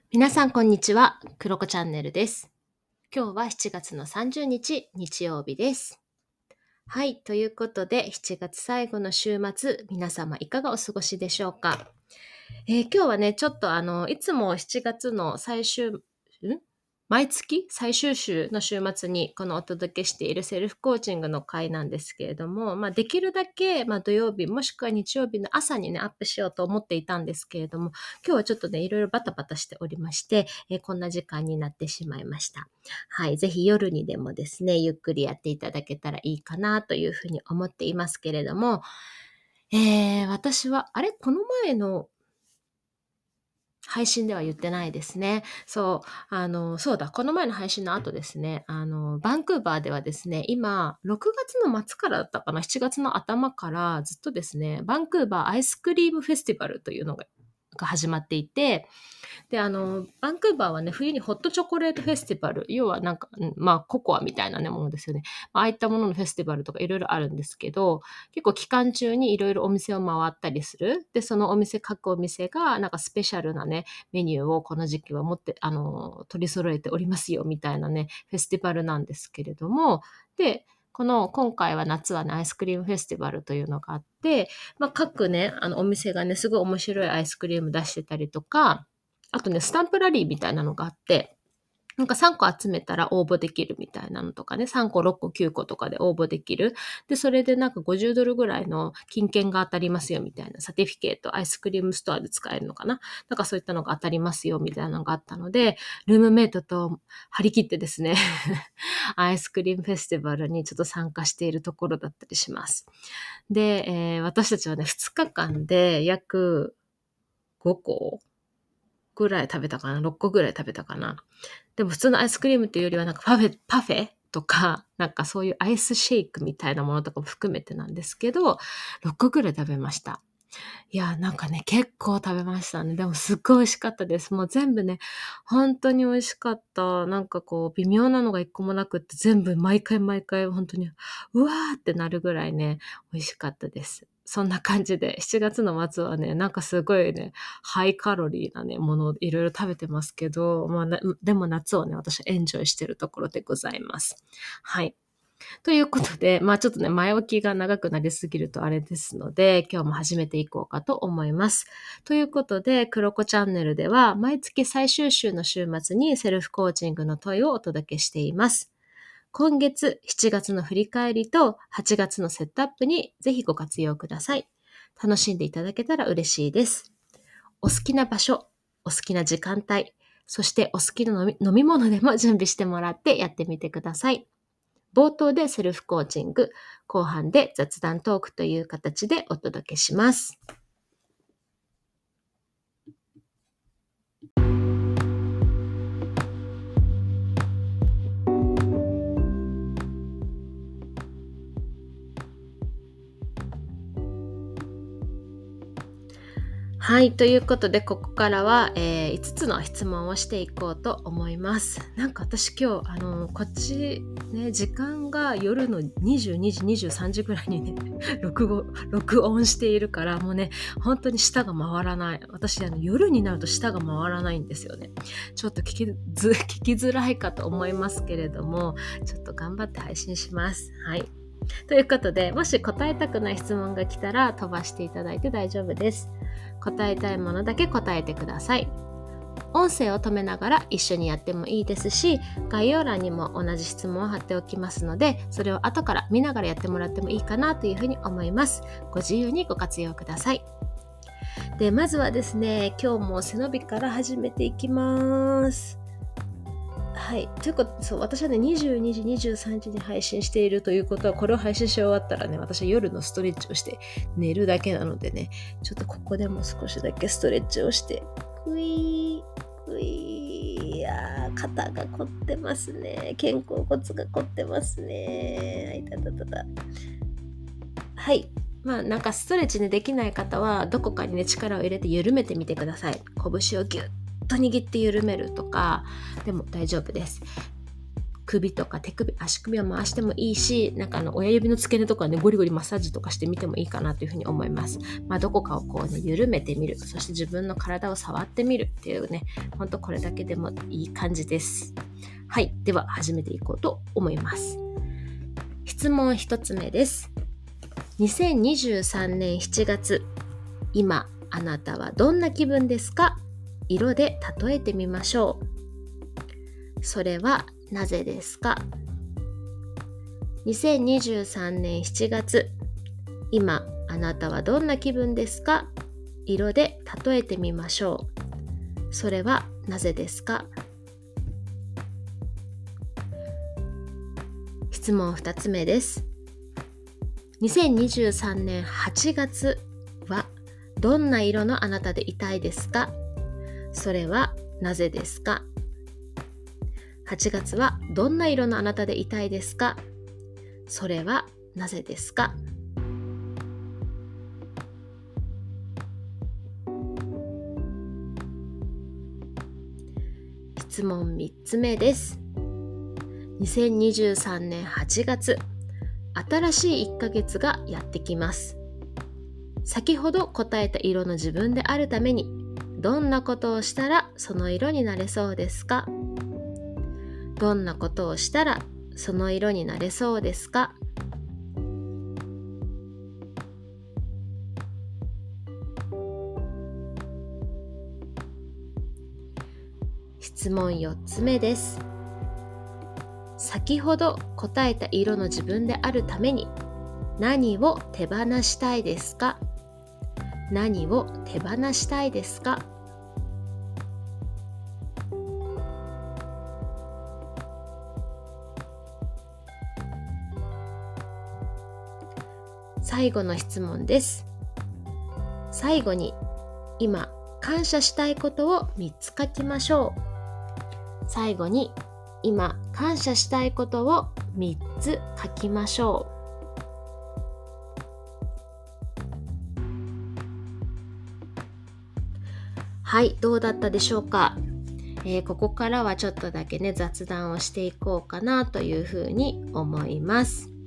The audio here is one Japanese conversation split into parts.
皆さんこんにちは、クロコチャンネルです。今日は7月の30日、日曜日です。はい、ということで7月最後の週末、皆様いかがお過ごしでしょうか。今日はね、ちょっといつも7月の毎月最終週の週末にこのお届けしているセルフコーチングの回なんですけれども、できるだけ、土曜日もしくは日曜日の朝にね、アップしようと思っていたんですけれども、今日はちょっとね、いろいろバタバタしておりまして、こんな時間になってしまいました。はい、ぜひ夜にでもですね、ゆっくりやっていただけたらいいかなというふうに思っていますけれども、私は、この前の配信では言ってないですね。そう、そうだ、この前の配信の後ですね、バンクーバーではですね、今、6月の末からだったかな、7月の頭からずっとですね、バンクーバーアイスクリームフェスティバルというのが始まっていて、で、バンクーバーはね、冬にホットチョコレートフェスティバル、要はなんか、ココアみたいなね、ものですよね。ああいったもののフェスティバルとかいろいろあるんですけど、結構期間中にいろいろお店を回ったりする。で、その各お店が、なんかスペシャルなね、メニューをこの時期は持って、取り揃えておりますよ、みたいなね、フェスティバルなんですけれども、で、今回は夏はね、アイスクリームフェスティバルというのがあって、各ね、お店がね、すごい面白いアイスクリーム出してたりとか、あとね、スタンプラリーみたいなのがあって、なんか3個集めたら応募できるみたいなのとかね、3個、6個、9個とかで応募できる。で、それでなんか$50ぐらいの金券が当たりますよみたいな、サティフィケート、アイスクリームストアで使えるのかな。なんかそういったのが当たりますよみたいなのがあったので、ルームメイトと張り切ってですね、アイスクリームフェスティバルにちょっと参加しているところだったりします。で、私たちはね、2日間で約5個ぐらい食べたかな ?6 個ぐらい食べたかな。でも普通のアイスクリームっていうよりはなんかパフェとか、なんかそういうアイスシェイクみたいなものとかも含めてなんですけど、6個ぐらい食べました。いや、なんかね、結構食べましたね。でもすっごい美味しかったです。もう全部ね、本当に美味しかった。なんかこう、微妙なのが一個もなくって、全部毎回毎回本当に、うわーってなるぐらいね、美味しかったです。そんな感じで、7月の末はね、なんかすごいね、ハイカロリーなね、ものをいろいろ食べてますけど、でも夏をね、私はエンジョイしてるところでございます。はい。ということで、ちょっとね、前置きが長くなりすぎるとあれですので、今日も始めていこうかと思います。ということで、クロコチャンネルでは、毎月最終週の週末にセルフコーチングの問いをお届けしています。今月7月の振り返りと8月のセットアップにぜひご活用ください。楽しんでいただけたら嬉しいです。お好きな場所、お好きな時間帯、そしてお好きな飲み物でも準備してもらってやってみてください。冒頭でセルフコーチング、後半で雑談トークという形でお届けします。はい。ということで、ここからは、5つの質問をしていこうと思います。なんか私今日、こっち、ね、時間が夜の22時、23時ぐらいにね、録音しているから、もうね、本当に舌が回らない。私、夜になると舌が回らないんですよね。ちょっと聞きづらいかと思いますけれども、ちょっと頑張って配信します。はい。ということで、もし答えたくない質問が来たら飛ばしていただいて大丈夫です。答えたいものだけ答えてください。音声を止めながら一緒にやってもいいですし、概要欄にも同じ質問を貼っておきますので、それを後から見ながらやってもらってもいいかなというふうに思います。ご自由にご活用ください。で、まずはですね、今日も背伸びから始めていきます。はい。ということで、そう、私はね、22時、23時に配信しているということは、これを配信し終わったらね、私は夜のストレッチをして寝るだけなのでね、ちょっとここでも少しだけストレッチをして、いやー、肩が凝ってますね。肩甲骨が凝ってますね。はい。なんかストレッチね、できない方は、どこかにね、力を入れて緩めてみてください。拳をギュッと握って緩めるとかでも大丈夫です。 首とか手首、足首を回してもいいし、なんか親指の付け根とかね、ゴリゴリマッサージとかしてみてもいいかなというふうに思います。どこかをこうね、緩めてみる。そして自分の体を触ってみるっていうね、ほんとこれだけでもいい感じです。はい。では、始めていこうと思います。質問1つ目です。2023年7月、今、あなたはどんな気分ですか？色で例えてみましょう。それはなぜですか？2023年7月、今あなたはどんな気分ですか？色で例えてみましょう。それはなぜですか？質問2つ目です。2023年8月はどんな色のあなたでいたいですか？それはなぜですか？8月はどんな色のあなたでいたいですか？それはなぜですか？質問3つ目です。2023年8月、新しい1ヶ月がやってきます。先ほど答えた色の自分であるために、どんなことをしたらその色になれそうですか？どんなことをしたらその色になれそうですか？質問4つ目です。先ほど答えた色の自分であるために何を手放したいですか？何を手放したいですか？最後の質問です。最後に今感謝したいことを3つ書きましょう。最後に今感謝したいことを3つ書きましょう。はい、どうだったでしょうか？ここからはちょっとだけね、雑談をしていこうかなというふうに思います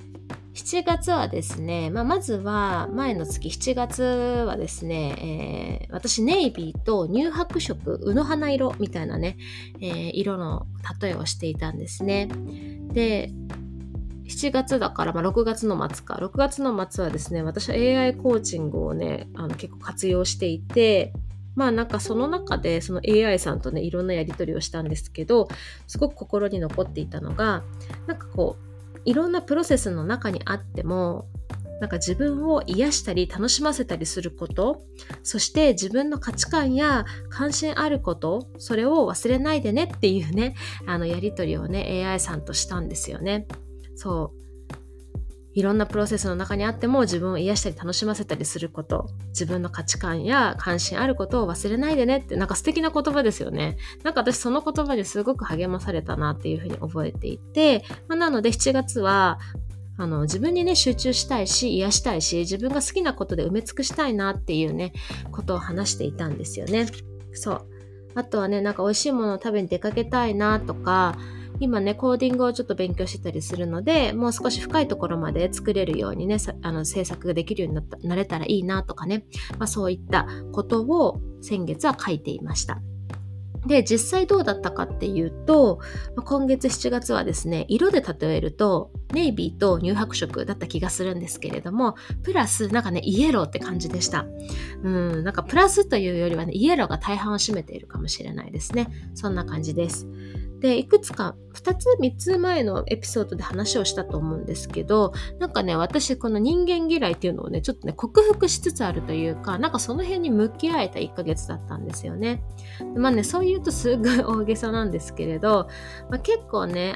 。7月はですね、まずは前の月7月はですね、私ネイビーと乳白色、卯の花色みたいなね、色の例えをしていたんですね。で、7月だから、6月の末か。6月の末はですね、私は AI コーチングをね、結構活用していて、なんかその中でその AI さんとね、いろんなやり取りをしたんですけど、すごく心に残っていたのが、なんかこう、いろんなプロセスの中にあっても、なんか自分を癒したり楽しませたりすること、そして自分の価値観や関心あること、それを忘れないでねっていうね、やり取りをね、AI さんとしたんですよね。そう。いろんなプロセスの中にあっても自分を癒したり楽しませたりすること、自分の価値観や関心あることを忘れないでねって、なんか素敵な言葉ですよね。なんか私その言葉にすごく励まされたなっていうふうに覚えていて、なので7月は自分にね集中したいし癒したいし、自分が好きなことで埋め尽くしたいなっていうねことを話していたんですよね。そう。あとはね、なんか美味しいものを食べに出かけたいなとか、今ねコーディングをちょっと勉強してたりするので、もう少し深いところまで作れるようにね、制作ができるようになれたらいいなとかね、そういったことを先月は書いていました。で、実際どうだったかっていうと、今月7月はですね、色で例えるとネイビーと乳白色だった気がするんですけれども、プラスなんかねイエローって感じでした。なんかプラスというよりはね、イエローが大半を占めているかもしれないですね。そんな感じです。で、いくつか2つ3つ前のエピソードで話をしたと思うんですけど、なんかね、私この人間嫌いっていうのをね、ちょっとね克服しつつあるというか、なんかその辺に向き合えた1ヶ月だったんですよね。でそう言うとすごい大げさなんですけれど、結構ね、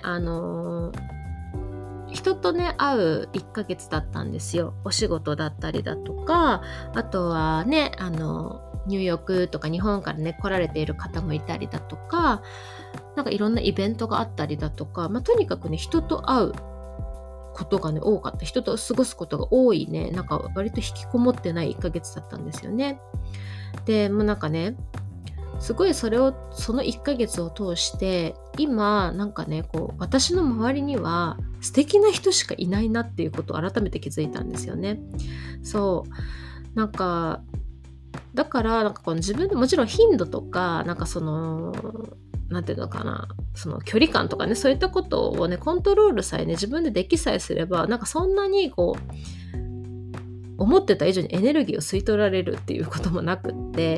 人とね会う1ヶ月だったんですよ。お仕事だったりだとか、あとはねニューヨークとか日本からね来られている方もいたりだとか、なんかいろんなイベントがあったりだとか、とにかくね人と会うことがね多かった。人と過ごすことが多いね、なんか割と引きこもってない1ヶ月だったんですよね。でもうなんかね、 すごいその1ヶ月を通して今なんかねこう私の周りには素敵な人しかいないなっていうことを改めて気づいたんですよね。そうなんかだからなんかこの自分でもちろん頻度とかなんかそのなんていうのかな、その距離感とかね、そういったことをねコントロールさえね自分でできさえすればなんかそんなにこう思ってた以上にエネルギーを吸い取られるっていうこともなくって、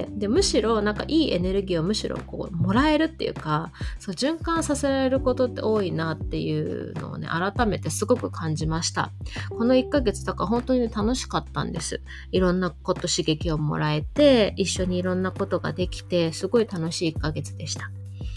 でむしろなんかいいエネルギーをむしろこうもらえるっていうか、そう循環させられることって多いなっていうのをね改めてすごく感じました。この1ヶ月だから本当に、ね、楽しかったんです。いろんなこと刺激をもらえて一緒にいろんなことができてすごい楽しい1ヶ月でした。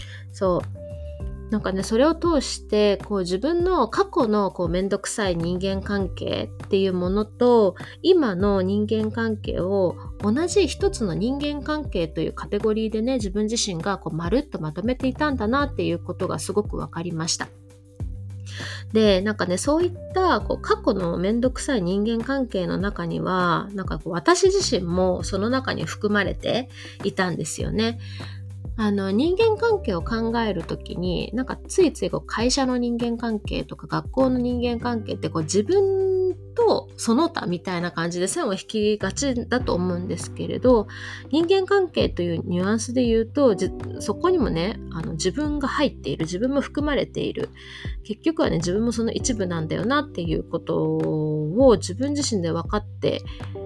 なんかねそれを通してこう自分の過去のこうめんどくさい人間関係っていうものと今の人間関係を同じ一つの人間関係というカテゴリーでね自分自身がこうまるっとまとめていたんだなっていうことがすごく分かりました。でなんかねそういったこう過去のめんどくさい人間関係の中にはなんかこう私自身もその中に含まれていたんですよね。人間関係を考えるときになんかついついこう会社の人間関係とか学校の人間関係ってこう自分とその他みたいな感じで線を引きがちだと思うんですけれど、人間関係というニュアンスで言うとそこにもね自分が入っている、自分も含まれている、結局はね自分もその一部なんだよなっていうことを自分自身で分かって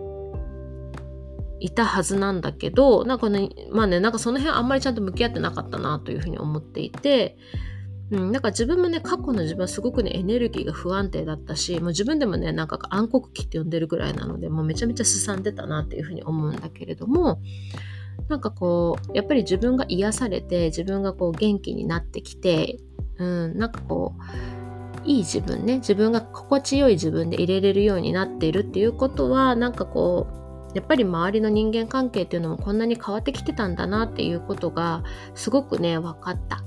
いたはずなんだけど、なんかね、なんかその辺あんまりちゃんと向き合ってなかったなというふうに思っていて、なんか自分もね、過去の自分はすごくね、エネルギーが不安定だったし、もう自分でもね、なんか暗黒期って呼んでるぐらいなので、もうめちゃめちゃすさんでたなっていうふうに思うんだけれども、なんかこう、やっぱり自分が癒されて、自分がこう元気になってきて、なんかこう、いい自分ね、自分が心地よい自分で入れれるようになっているっていうことは、なんかこう、やっぱり周りの人間関係っていうのもこんなに変わってきてたんだなっていうことがすごくね分かった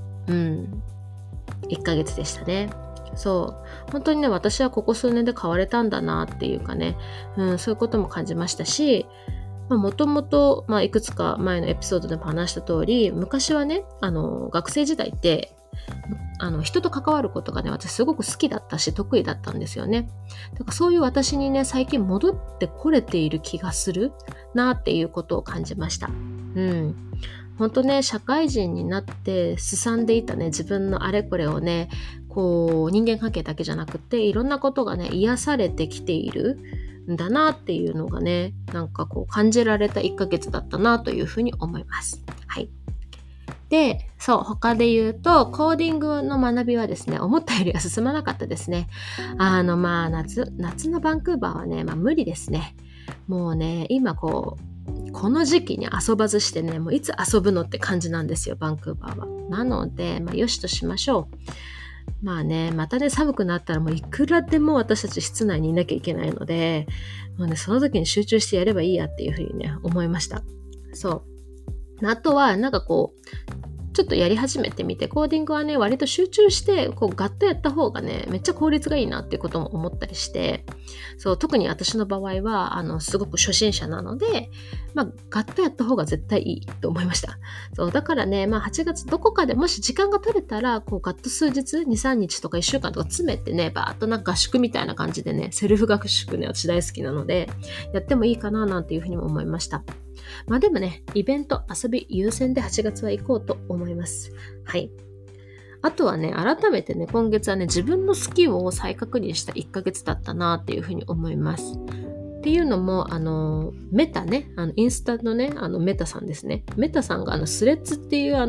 1ヶ月でしたね。本当にね私はここ数年で変われたんだなっていうかね、そういうことも感じましたし、もともといくつか前のエピソードでも話した通り、昔はね学生時代って人と関わることがね私すごく好きだったし得意だったんですよね。だからそういう私にね最近戻ってこれている気がするなっていうことを感じました。本当ね社会人になってすさんでいたね自分のあれこれをねこう人間関係だけじゃなくていろんなことがね癒されてきているんだなっていうのがねなんかこう感じられた1ヶ月だったなというふうに思います。はい。で、他で言うと、コーディングの学びはですね、思ったよりは進まなかったですね。夏のバンクーバーはね、無理ですね。もうね、今この時期に遊ばずしてね、もういつ遊ぶのって感じなんですよ、バンクーバーは。なので、よしとしましょう。またね、寒くなったらもういくらでも私たち室内にいなきゃいけないので、もうね、その時に集中してやればいいやっていうふうにね、思いました。あとはなんかこうちょっとやり始めてみて、コーディングはね割と集中してこうガッとやった方がねめっちゃ効率がいいなっていうことも思ったりして、特に私の場合はすごく初心者なので、ガッとやった方が絶対いいと思いました。だからね、8月どこかでもし時間が取れたらこうガッと数日 2,3 日とか1週間とか詰めてねバーッとなんか合宿みたいな感じでね、セルフ合宿ね私大好きなのでやってもいいかななんていうふうにも思いました。でもね、イベント、遊び優先で8月は行こうと思います。はい。あとはね、改めてね、今月はね、自分の好きを再確認した1ヶ月だったなっていうふうに思います。っていうのも、メタね、インスタのね、メタさんですね。メタさんがスレッズっていう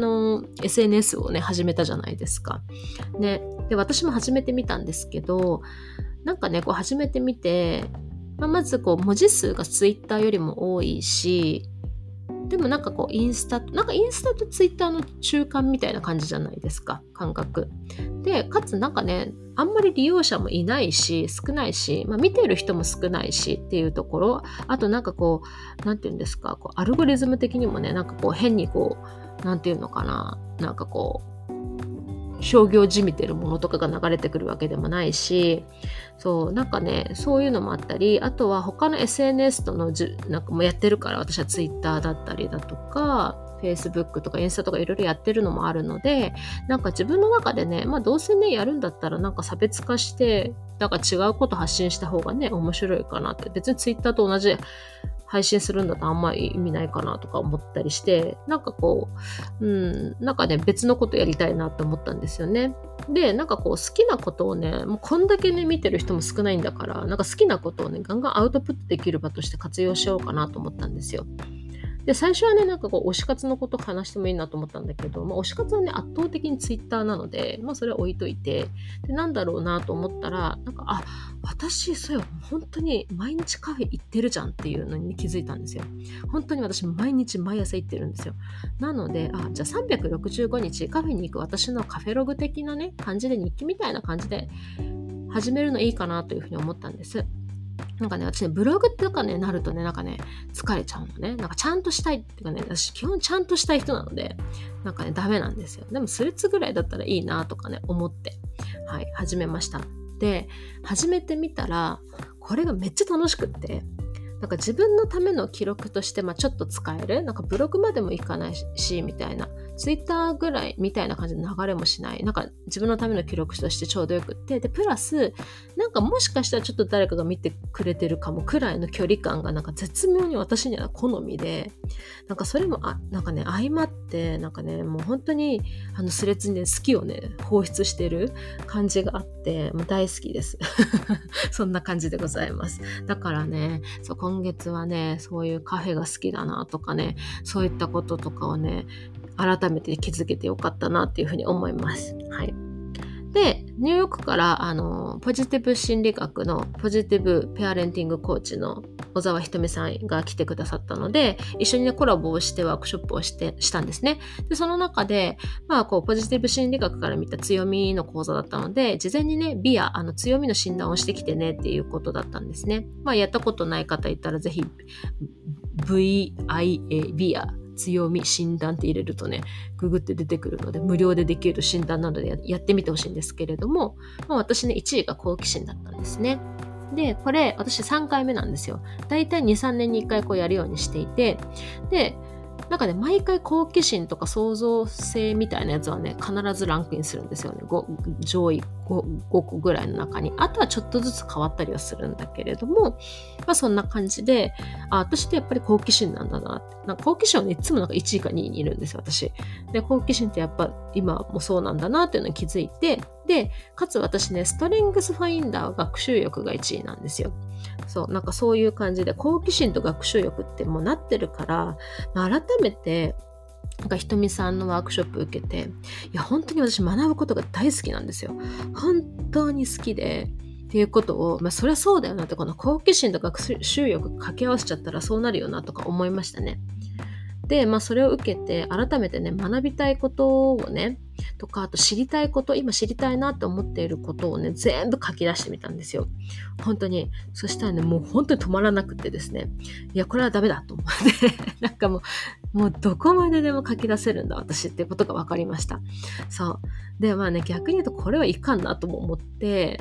SNS をね、始めたじゃないですか。ね。で、私も始めてみたんですけど、なんかね、こう始めてみて、まずこう文字数がツイッターよりも多いし、でもなんかこうインスタとツイッターの中間みたいな感じじゃないですか、感覚で。かつなんかねあんまり利用者もいないし少ないし、見てる人も少ないしっていうところ、あとなんかこうなんていうんですか、こうアルゴリズム的にもねなんかこう変にこうなんていうのかな、なんかこう商業じみてるものとかが流れてくるわけでもないし、なんかねそういうのもあったり、あとは他の SNS とのなんかもやってるから、私はツイッターだったりだとか Facebook とかインスタとかいろいろやってるのもあるので、なんか自分の中でね、どうせね、やるんだったらなんか差別化して、なんか違うこと発信した方がね、面白いかなって。別に Twitter と同じ配信するんだとあんまり意味ないかなとか思ったりして、なんかなんかね、別のことやりたいなと思ったんですよね。で、なんか好きなことをね、もうこんだけね、見てる人も少ないんだから、なんか好きなことをね、ガンガンアウトプットできる場として活用しようかなと思ったんですよ。で、最初はね、なんか推し活のこと話してもいいなと思ったんだけど、推し活はね、圧倒的にツイッターなので、それは置いといて、で、なんだろうなと思ったら、なんか、私、そうよ、本当に毎日カフェ行ってるじゃんっていうのに気づいたんですよ。本当に私、毎日毎朝行ってるんですよ。なので、じゃあ365日カフェに行く私のカフェログ的なね、感じで日記みたいな感じで始めるのいいかなというふうに思ったんです。なんかね、私ね、ブログとかね、なるとね、なんかね、疲れちゃうのね。なんかちゃんとしたいっていうかね、私基本ちゃんとしたい人なので、なんかね、ダメなんですよ。でもスレッズぐらいだったらいいなとかね、思って、はい、始めました。で、始めてみたら、これがめっちゃ楽しくって、なんか自分のための記録として、ちょっと使える。なんかブログまでもいかないし、みたいな。ツイッターぐらいみたいな感じで流れもしない。なんか自分のための記録としてちょうどよくって。で、プラス、なんかもしかしたらちょっと誰かが見てくれてるかもくらいの距離感がなんか絶妙に私には好みで、なんかそれも、なんかね、相まって、なんかね、もう本当にスレッズにね、好きをね、放出してる感じがあって、もう大好きです。そんな感じでございます。だからね、今月はね、そういうカフェが好きだなとかね、そういったこととかをね、改めて気づけてよかったなっていうふうに思います。はい。で、ニューヨークからポジティブ心理学のポジティブペアレンティングコーチの小沢ひとみさんが来てくださったので、一緒にね、コラボをしてワークショップをしたんですね。で、その中で、ポジティブ心理学から見た強みの講座だったので、事前にね、ビア、強みの診断をしてきてねっていうことだったんですね。やったことない方いたらぜひ、VIA、ビア、強み診断って入れるとね、ググって出てくるので無料でできる診断なのでやってみてほしいんですけれども、私ね、1位が好奇心だったんですね。で、これ私3回目なんですよ。だいたい 2,3 年に1回やるようにしていて、で、なんかね、毎回好奇心とか創造性みたいなやつはね、必ずランクインするんですよね。上位 5個ぐらいの中に。あとはちょっとずつ変わったりはするんだけれども、そんな感じで、私ってやっぱり好奇心なんだなって。なんか好奇心はね、いつもなんか1位か2位にいるんですよ、私。で、好奇心ってやっぱ今もそうなんだなっていうのに気づいて、で、かつ私ね、ストレングスファインダー学習欲が1位なんですよ。そう、なんかそういう感じで好奇心と学習欲ってもうなってるから、改めてなんかひとみさんのワークショップ受けて、いや本当に私学ぶことが大好きなんですよ。本当に好きでっていうことを、そりゃそうだよなって、この好奇心と学習欲掛け合わせちゃったらそうなるよなとか思いましたね。で、それを受けて改めてね、学びたいことをね、とか、あと知りたいこと、今知りたいなって思っていることをね、全部書き出してみたんですよ。本当に。そしたらね、もう本当に止まらなくてですね、いや、これはダメだと思って、なんかもうどこまででも書き出せるんだ、私っていうことが分かりました。そう。で、逆に言うとこれはいかんなとも思って、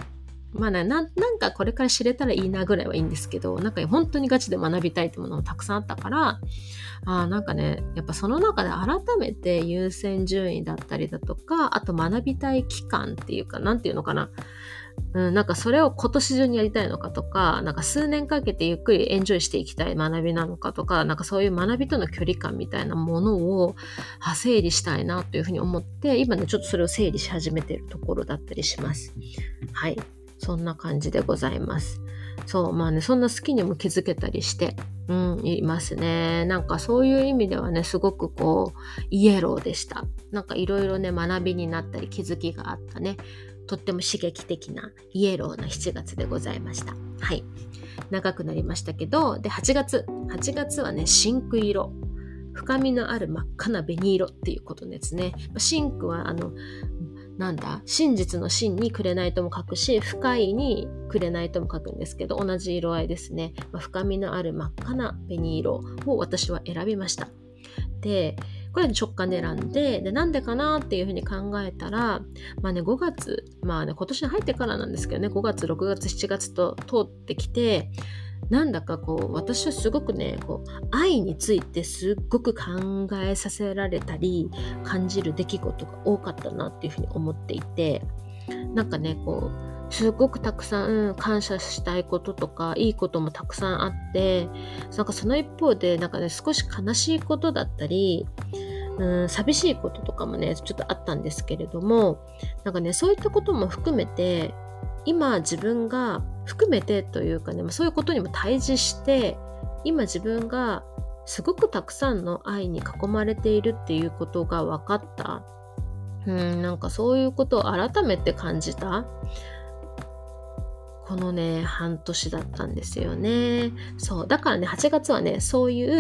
なんかこれから知れたらいいなぐらいはいいんですけど、なんか本当にガチで学びたいってものもたくさんあったから、なんかね、やっぱその中で改めて優先順位だったりだとか、あと学びたい期間っていうか、なんていうのかな。なんかそれを今年中にやりたいのかとか、なんか数年かけてゆっくりエンジョイしていきたい学びなのかとか、なんかそういう学びとの距離感みたいなものを整理したいなというふうに思って、今ね、ちょっとそれを整理し始めているところだったりします。はい。そんな感じでございます。そう、そんな好きにも気づけたりして、いますね。なんかそういう意味ではね、すごくイエローでした。なんかいろいろね、学びになったり気づきがあったね。とっても刺激的なイエローな7月でございました。はい。長くなりましたけど、で、8月はね、深紅色。深みのある真っ赤な紅色っていうことですね。深紅は真実の真に紅とも書くし、深いに紅とも書くんですけど、同じ色合いですね。深みのある真っ赤な紅色を私は選びました。で、これ直感で選んで、なんでかなっていうふうに考えたら、5月、今年に入ってからなんですけどね、5月、6月、7月と通ってきて、 なんだか私はすごくね、愛についてすっごく考えさせられたり、感じる出来事が多かったなっていうふうに思っていて、なんかね、すごくたくさん感謝したいこととか、いいこともたくさんあって、なんかその一方で、なんかね、少し悲しいことだったり、寂しいこととかもね、ちょっとあったんですけれども、なんかね、そういったことも含めて、今自分が含めてというかね、そういうことにも対峙して、今自分がすごくたくさんの愛に囲まれているっていうことが分かった。なんかそういうことを改めて感じた。このね、半年だったんですよね。そう。だからね、8月はね、そういう、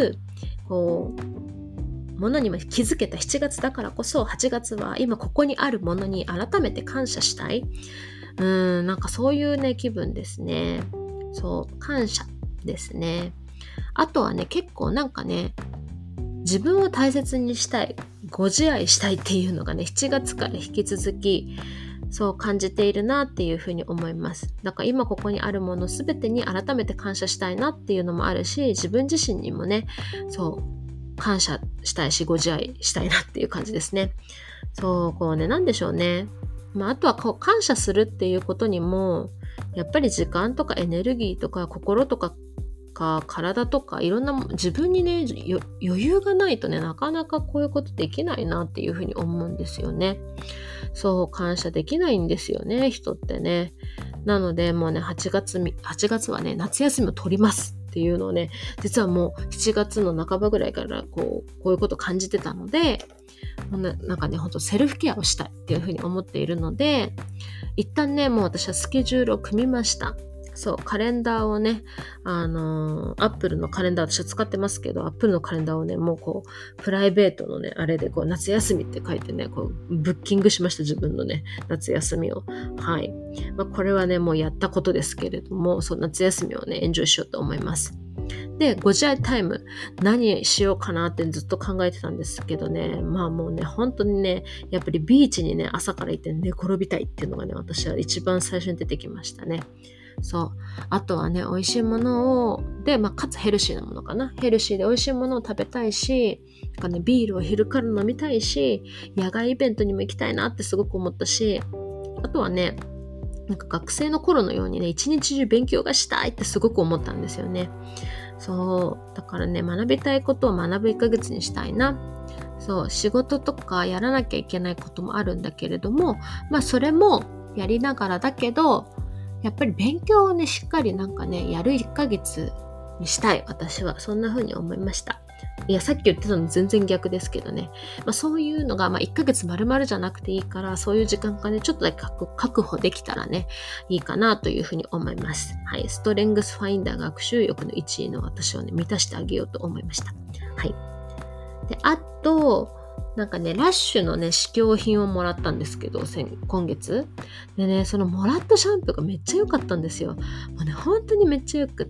ものにも気づけた7月だからこそ、8月は今ここにあるものに改めて感謝したい。なんかそういうね、気分ですね。そう、感謝ですね。あとはね、結構なんかね、自分を大切にしたい、ご自愛したいっていうのがね、7月から引き続き、そう感じているなっていうふうに思います。だから今ここにあるものすべてに改めて感謝したいなっていうのもあるし、自分自身にもね、そう感謝したいし、ご自愛したいなっていう感じですね。そう、なんでしょうね。あとは感謝するっていうことにも、やっぱり時間とかエネルギーとか心とか体とかいろんな自分にね、余裕がないとね、なかなかこういうことできないなっていうふうに思うんですよね。そう、感謝できないんですよね、人ってね。なのでもうね、8月はね、夏休みを取りますっていうのをね、実はもう7月の半ばぐらいからこういうことを感じてたので、なんかね、ほんとセルフケアをしたいっていうふうに思っているので、一旦ね、もう私はスケジュールを組みました。そう、カレンダーをね、Apple のカレンダー私は使ってますけど、Apple のカレンダーをね、もうプライベートのね、あれで夏休みって書いてね、ブッキングしました、自分のね、夏休みを。はい。これはね、もうやったことですけれども、そう、夏休みをね、エンジョイしようと思います。で、ご自愛タイム、何しようかなってずっと考えてたんですけどね、もうね、本当にね、やっぱりビーチにね、朝から行って寝転びたいっていうのがね、私は一番最初に出てきましたね。そう。あとはね、美味しいものを、で、かつヘルシーなものかな。ヘルシーで美味しいものを食べたいし、ビールを昼から飲みたいし、野外イベントにも行きたいなってすごく思ったし、あとはね、なんか学生の頃のようにね、一日中勉強がしたいってすごく思ったんですよね。そう。だからね、学びたいことを学ぶ1ヶ月にしたいな。そう。仕事とかやらなきゃいけないこともあるんだけれども、それもやりながらだけど、やっぱり勉強をね、しっかりなんかね、やる1ヶ月にしたい。私はそんな風に思いました。いや、さっき言ってたの全然逆ですけどね。そういうのが、1ヶ月丸々じゃなくていいから、そういう時間がね、ちょっとだけ確保できたらね、いいかなというふうに思います。はい。ストレングスファインダー学習欲の1位の私をね、満たしてあげようと思いました。はい。で、あと、なんかね、ラッシュのね、試供品をもらったんですけど、今月。でね、そのもらったシャンプーがめっちゃ良かったんですよ。もうね、本当にめっちゃ良くって、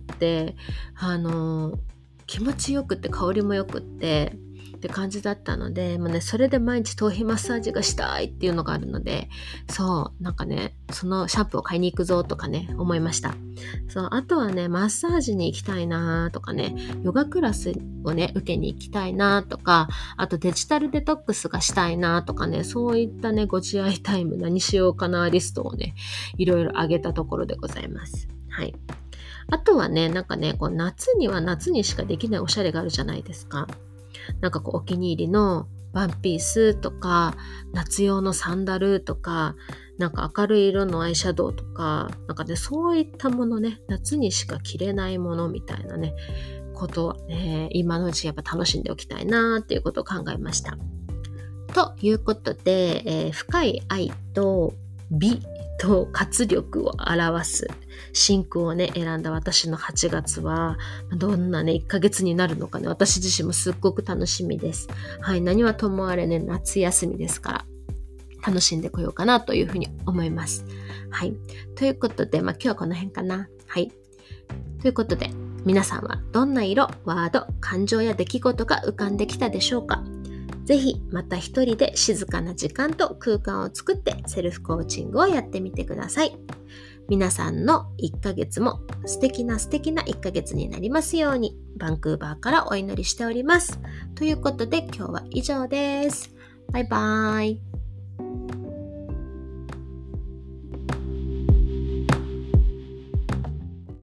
気持ちよくって香りもよくってって感じだったので、もうね、それで毎日頭皮マッサージがしたいっていうのがあるので、そう、なんかね、そのシャンプーを買いに行くぞとかね、思いました。そう、あとはね、マッサージに行きたいなとかね、ヨガクラスをね、受けに行きたいなとか、あとデジタルデトックスがしたいなとかね、そういったね、ご自愛タイム何しようかなリストをね、いろいろ上げたところでございます。はい。あとはね、なんかね、夏には夏にしかできないおしゃれがあるじゃないですか。なんかお気に入りのワンピースとか、夏用のサンダルとか、なんか明るい色のアイシャドウとか、なんかね、そういったものね、夏にしか着れないものみたいなね、ことはね、今のうちやっぱ楽しんでおきたいなっていうことを考えました。ということで、深い愛と美と活力を表す真空をね、選んだ私の8月は、どんなね、1ヶ月になるのかね、私自身もすっごく楽しみです。はい、何はともあれね、夏休みですから、楽しんでこようかなというふうに思います。はい。ということで、今日はこの辺かな。はい。ということで、皆さんはどんな色、ワード、感情や出来事が浮かんできたでしょうか？ぜひまた一人で静かな時間と空間を作ってセルフコーチングをやってみてください。 皆さんの1ヶ月も素敵な1ヶ月になりますように、バンクーバーからお祈りしております。ということで今日は以上です。バイバイ。